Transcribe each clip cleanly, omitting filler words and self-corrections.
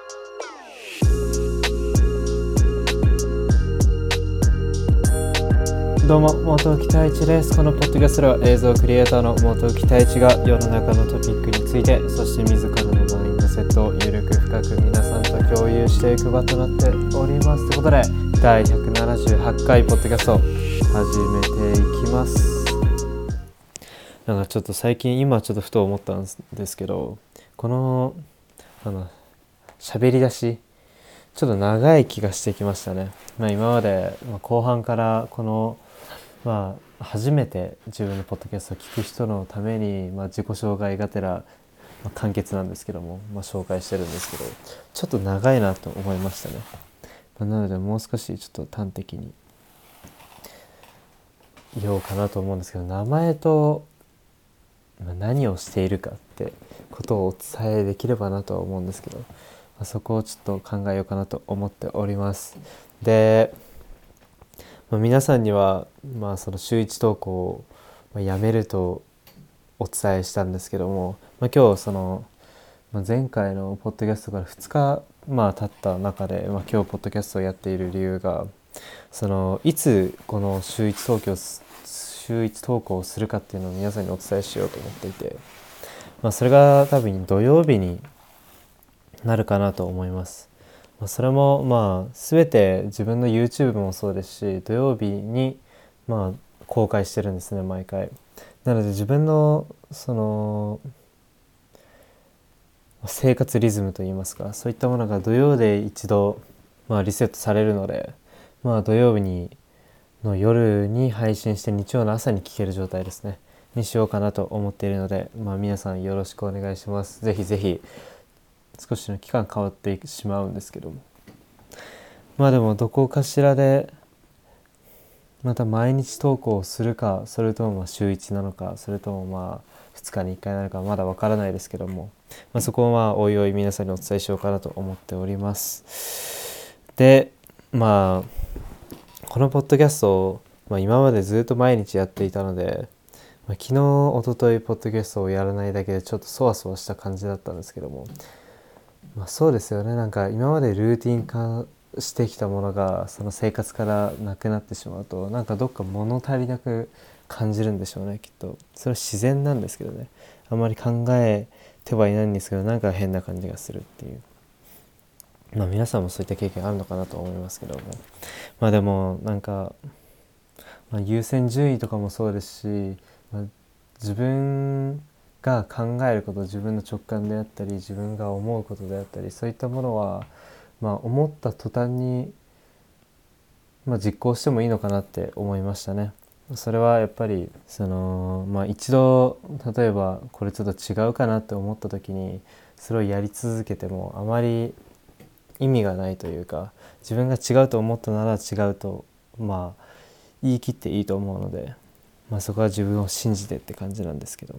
どうも、元木太一です。このポッドキャストでは映像クリエイターの元木太一が世の中のトピックについて、そして自らのマインドセットをゆるく深く皆さんと共有していく場となっております。ということで、第178回ポッドキャスト始めていきます。なんかちょっと最近、今ちょっとふと思ったんですけど、この喋り出しちょっと長い気がしてきましたね。今まで後半からこの初めて自分のポッドキャストを聞く人のために、自己紹介がてら、簡潔なんですけども、紹介してるんですけど、ちょっと長いなと思いましたね。なのでもう少しちょっと端的に言おうかなと思うんですけど、名前と何をしているかってことをお伝えできればなとは思うんですけど、そこをちょっと考えようかなと思っております。で、皆さんには、その週1投稿をやめるとお伝えしたんですけども、今日その、前回のポッドキャストから2日、経った中で、今日ポッドキャストをやっている理由が、そのいつこの週1投稿をするかっていうのを皆さんにお伝えしようと思っていて、それが多分土曜日になるかなと思います。それも全て自分の YouTube もそうですし、土曜日に公開してるんですね、毎回。なので自分のその生活リズムといいますか、そういったものが土曜で一度リセットされるので、土曜日の夜に配信して日曜の朝に聞ける状態ですねにしようかなと思っているので、皆さんよろしくお願いします。ぜひぜひ。少しの期間変わってしまうんですけども、でもどこかしらでまた毎日投稿をするか、それとも週1なのか、それとも2日に1回なのかまだわからないですけども、そこをおいおい皆さんにお伝えしようかなと思っております。で、このポッドキャストを、今までずっと毎日やっていたので、昨日一昨日ポッドキャストをやらないだけでちょっとそわそわした感じだったんですけども、そうですよね。なんか今までルーティン化してきたものがその生活からなくなってしまうと、なんかどっか物足りなく感じるんでしょうね、きっと。それは自然なんですけどね。あまり考えてはいないんですけど、なんか変な感じがするっていう。皆さんもそういった経験あるのかなと思いますけども。でもなんか、優先順位とかもそうですし、自分が考えること、自分の直感であったり、自分が思うことであったり、そういったものは、思った途端に、実行してもいいのかなって思いましたね。それはやっぱりその、一度例えばこれちょっと違うかなって思った時にそれをやり続けてもあまり意味がないというか、自分が違うと思ったなら違うと言い切っていいと思うので、そこは自分を信じてって感じなんですけど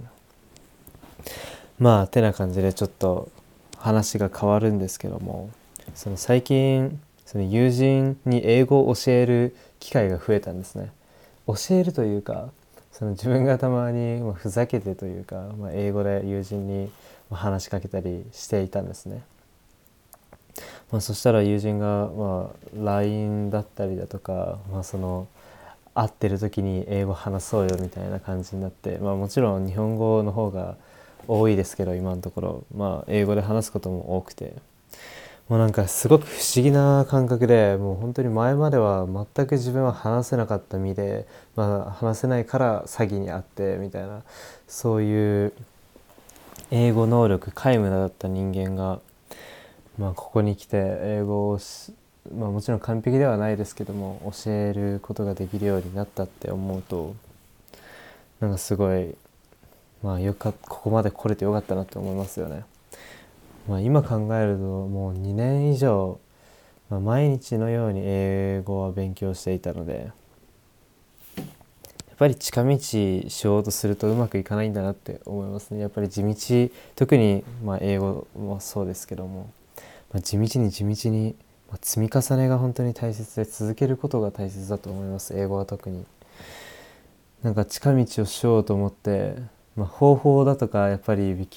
も、てな感じでちょっと話が変わるんですけども、その最近その友人に英語を教える機会が増えたんですね。教えるというか、その自分がたまにふざけてというか、英語で友人に話しかけたりしていたんですね。そしたら友人がLINE だったりだとか、その会ってる時に英語話そうよみたいな感じになって、もちろん日本語の方が多いですけど、今のところ英語で話すことも多くて、なんかすごく不思議な感覚で、もう本当に前までは全く自分は話せなかった身で、話せないから詐欺にあってみたいな、そういう英語能力皆無だった人間が、ここに来て英語をもちろん完璧ではないですけども教えることができるようになったって思うと、なんかすごいここまで来れてよかったなって思いますよね。今考えるともう2年以上、毎日のように英語は勉強していたので、やっぱり近道しようとするとうまくいかないんだなって思いますね。やっぱり地道、特に英語もそうですけども、地道に積み重ねが本当に大切で、続けることが大切だと思います。英語は特に。なんか近道をしようと思って、方法だとかやっぱり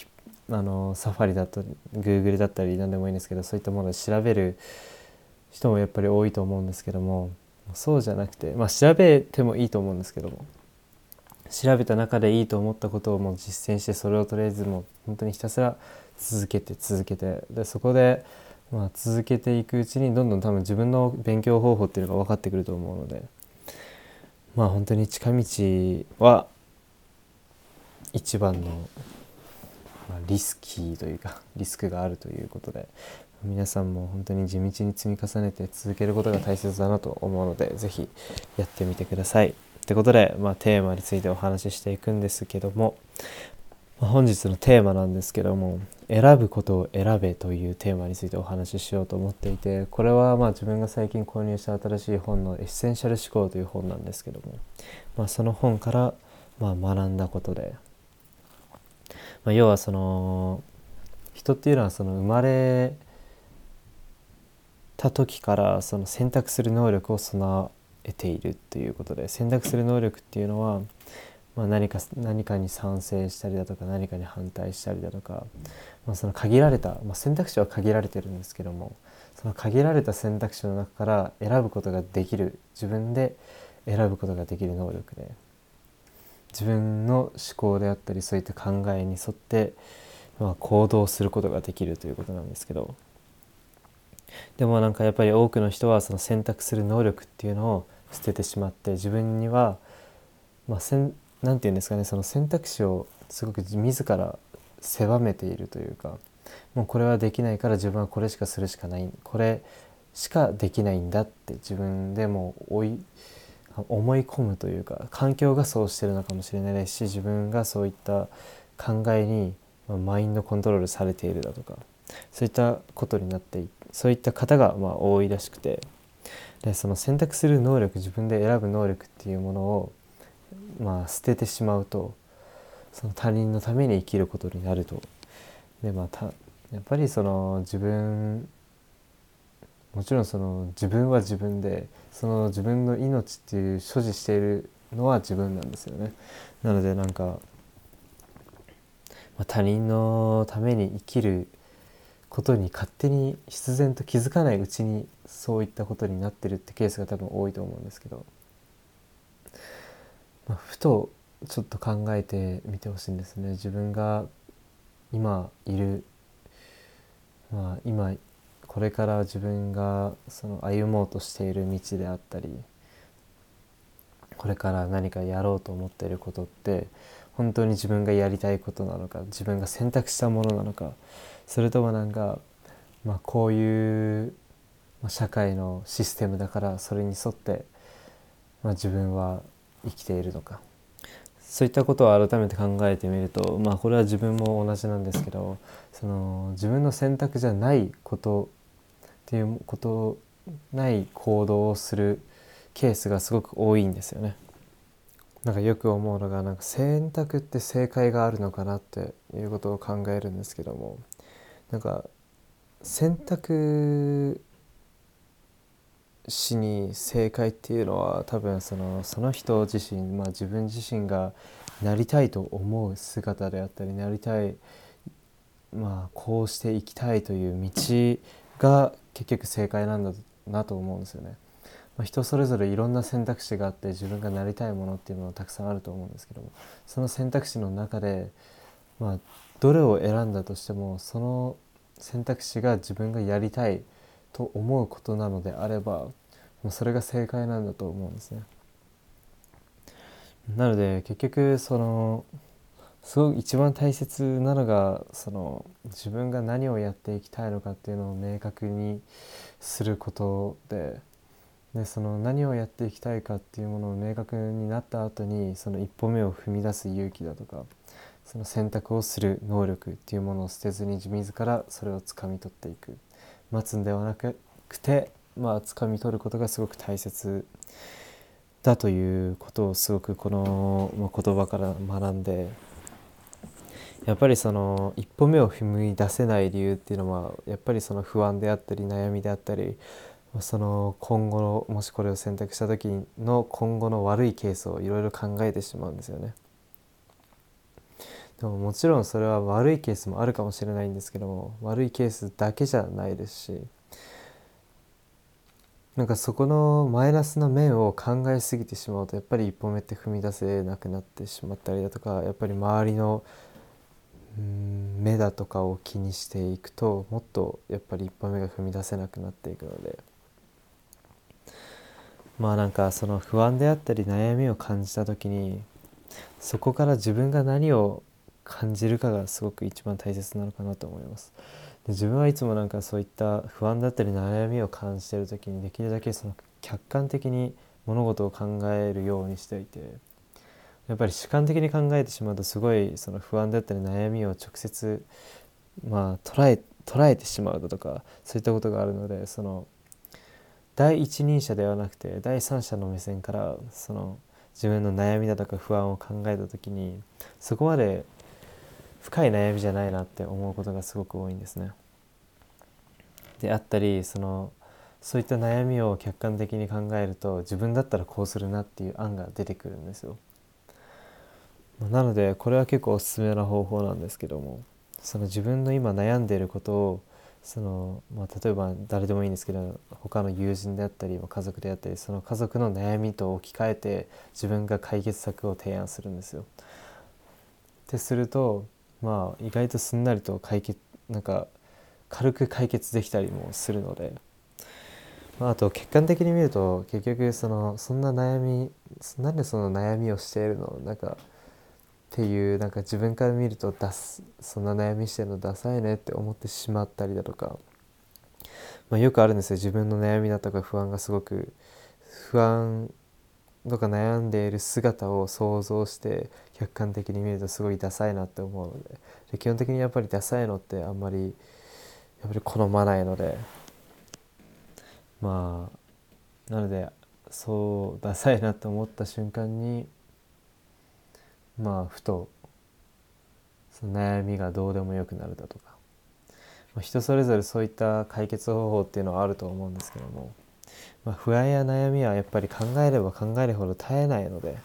サファリだったり Google だったり何でもいいんですけど、そういったもので調べる人もやっぱり多いと思うんですけども、そうじゃなくて、調べてもいいと思うんですけども、調べた中でいいと思ったことをもう実践して、それをとりあえずもう本当にひたすら続けてで、そこで続けていくうちにどんどん多分自分の勉強方法っていうのが分かってくると思うので、本当に近道は一番の、リスキーというかリスクがあるということで、皆さんも本当に地道に積み重ねて続けることが大切だなと思うので、ぜひやってみてください。ってことで、テーマについてお話ししていくんですけども、本日のテーマなんですけども、選ぶことを選べというテーマについてお話ししようと思っていて、これは自分が最近購入した新しい本のエッセンシャル思考という本なんですけども、その本から学んだことで、要はその人っていうのはその生まれた時からその選択する能力を備えているということで、選択する能力っていうのは、何かに賛成したりだとか何かに反対したりだとか、その限られた、選択肢は限られてるんですけども、その限られた選択肢の中から選ぶことができる、自分で選ぶことができる能力で、自分の思考であったりそういった考えに沿って、行動することができるということなんですけど、でもやっぱり多くの人はその選択する能力っていうのを捨ててしまって、自分にはなんていうんですかね、その選択肢をすごく自ら狭めているというか、もうこれはできないから自分はこれしかするしかない、これしかできないんだって自分でも思い込むというか、環境がそうしてるのかもしれないですし、自分がそういった考えにマインドコントロールされているだとか、そういったことになってそういった方が多いらしくて、でその選択する能力、自分で選ぶ能力っていうものを捨ててしまうと、その他人のために生きることになると。でやっぱりそのもちろんその自分は自分で、その自分の命っていう所持しているのは自分なんですよね。なので他人のために生きることに勝手に必然と気づかないうちにそういったことになってるってケースが多分多いと思うんですけど、ふとちょっと考えてみてほしいんですね。自分が今いる、今これから自分がその歩もうとしている道であったり、これから何かやろうと思っていることって本当に自分がやりたいことなのか、自分が選択したものなのか、それともこういう社会のシステムだからそれに沿って、自分は生きているのか、そういったことを改めて考えてみると、これは自分も同じなんですけど、その自分の選択じゃないことっていうことない行動をするケースがすごく多いんですよね。よく思うのが選択って正解があるのかなっていうことを考えるんですけども、選択肢に正解っていうのは多分その人自身、自分自身がなりたいと思う姿であったり、なりたい、こうしていきたいという道が結局正解なんだなと思うんですよね。人それぞれいろんな選択肢があって、自分がなりたいものっていうのはたくさんあると思うんですけども、その選択肢の中で、どれを選んだとしてもその選択肢が自分がやりたいと思うことなのであれば、もうそれが正解なんだと思うんですね。なので結局すごく一番大切なのが自分が何をやっていきたいのかっていうのを明確にすることで、その何をやっていきたいかっていうものを明確になった後に、その一歩目を踏み出す勇気だとか、その選択をする能力っていうものを捨てずに自らそれを掴み取っていく、待つんではなくて掴み取ることがすごく大切だということをすごくこの言葉から学んで、やっぱりその一歩目を踏み出せない理由っていうのはやっぱりその不安であったり悩みであったり、その今後のもしこれを選択した時の今後の悪いケースをいろいろ考えてしまうんですよね。 でももちろんそれは悪いケースもあるかもしれないんですけども、悪いケースだけじゃないですし、なんかそこのマイナスな面を考えすぎてしまうと、やっぱり一歩目って踏み出せなくなってしまったりだとか、やっぱり周りの目だとかを気にしていくと、もっとやっぱり一歩目が踏み出せなくなっていくので、なんかその不安であったり悩みを感じた時に、そこから自分が何を感じるかがすごく一番大切なのかなと思います。で、自分はいつもなんかそういった不安だったり悩みを感じている時に、できるだけその客観的に物事を考えるようにしていて、やっぱり主観的に考えてしまうと、すごいその不安だったり悩みを直接捉えてしまうだとか、そういったことがあるので、その第一人者ではなくて第三者の目線からその自分の悩みだとか不安を考えた時に、そこまで深い悩みじゃないなって思うことがすごく多いんですね。であったり、そういった悩みを客観的に考えると、自分だったらこうするなっていう案が出てくるんですよ。なのでこれは結構おすすめな方法なんですけども、その自分の今悩んでいることを例えば誰でもいいんですけど、他の友人であったり家族であったり、その家族の悩みと置き換えて自分が解決策を提案するんですよ。ってすると、意外とすんなりと軽く解決できたりもするので、あと客観的に見ると、結局そんな悩み、なんでその悩みをしているのっていう、自分から見るとそんな悩みしてるのダサいねって思ってしまったりだとか、よくあるんですよ。自分の悩みだとか不安とか悩んでいる姿を想像して客観的に見るとすごいダサいなって思うので、基本的にやっぱりダサいのってあんまりやっぱり好まないので、なので、そうダサいなと思った瞬間にふとその悩みがどうでもよくなるだとか、人それぞれそういった解決方法っていうのはあると思うんですけども、不安や悩みはやっぱり考えれば考えるほど絶えないので、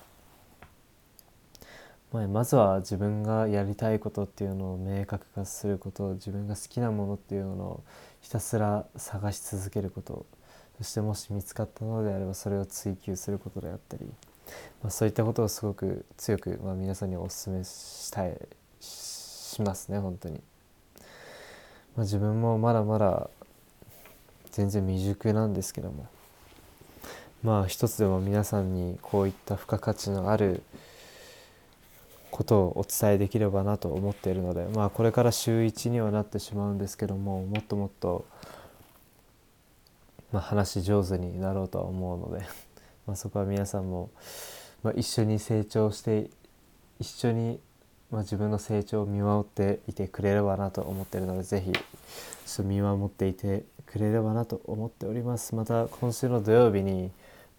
まずは自分がやりたいことっていうのを明確化すること、自分が好きなものっていうのをひたすら探し続けること、そしてもし見つかったのであればそれを追求することであったり、そういったことをすごく強く、皆さんにお勧めしますね、本当に。自分もまだまだ全然未熟なんですけども、一つでも皆さんにこういった付加価値のあることをお伝えできればなと思っているので、これから週1にはなってしまうんですけども、もっともっと、話し上手になろうとは思うのでそこは皆さんも、一緒に成長して一緒に、自分の成長を見守っていてくれればなと思っているので、ぜひちょっと見守っていてくれればなと思っております。また今週の土曜日に、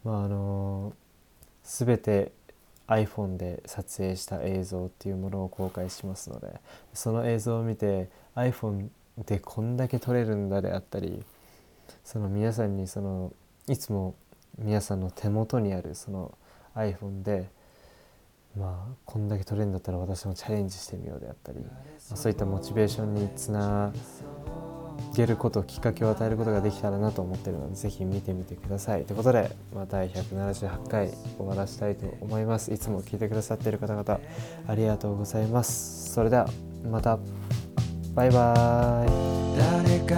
全て iPhone で撮影した映像っていうものを公開しますので、その映像を見て iPhone でこんだけ撮れるんだであったり、皆さんにいつも皆さんの手元にあるその iPhone でこんだけ撮れるんだったら私もチャレンジしてみようであったり、そういったモチベーションにつなげること、きっかけを与えることができたらなと思っているので、ぜひ見てみてください。ということで、第178回終わらせたいと思います。いつも聞いてくださっている方々ありがとうございます。それではまた、バイバーイ。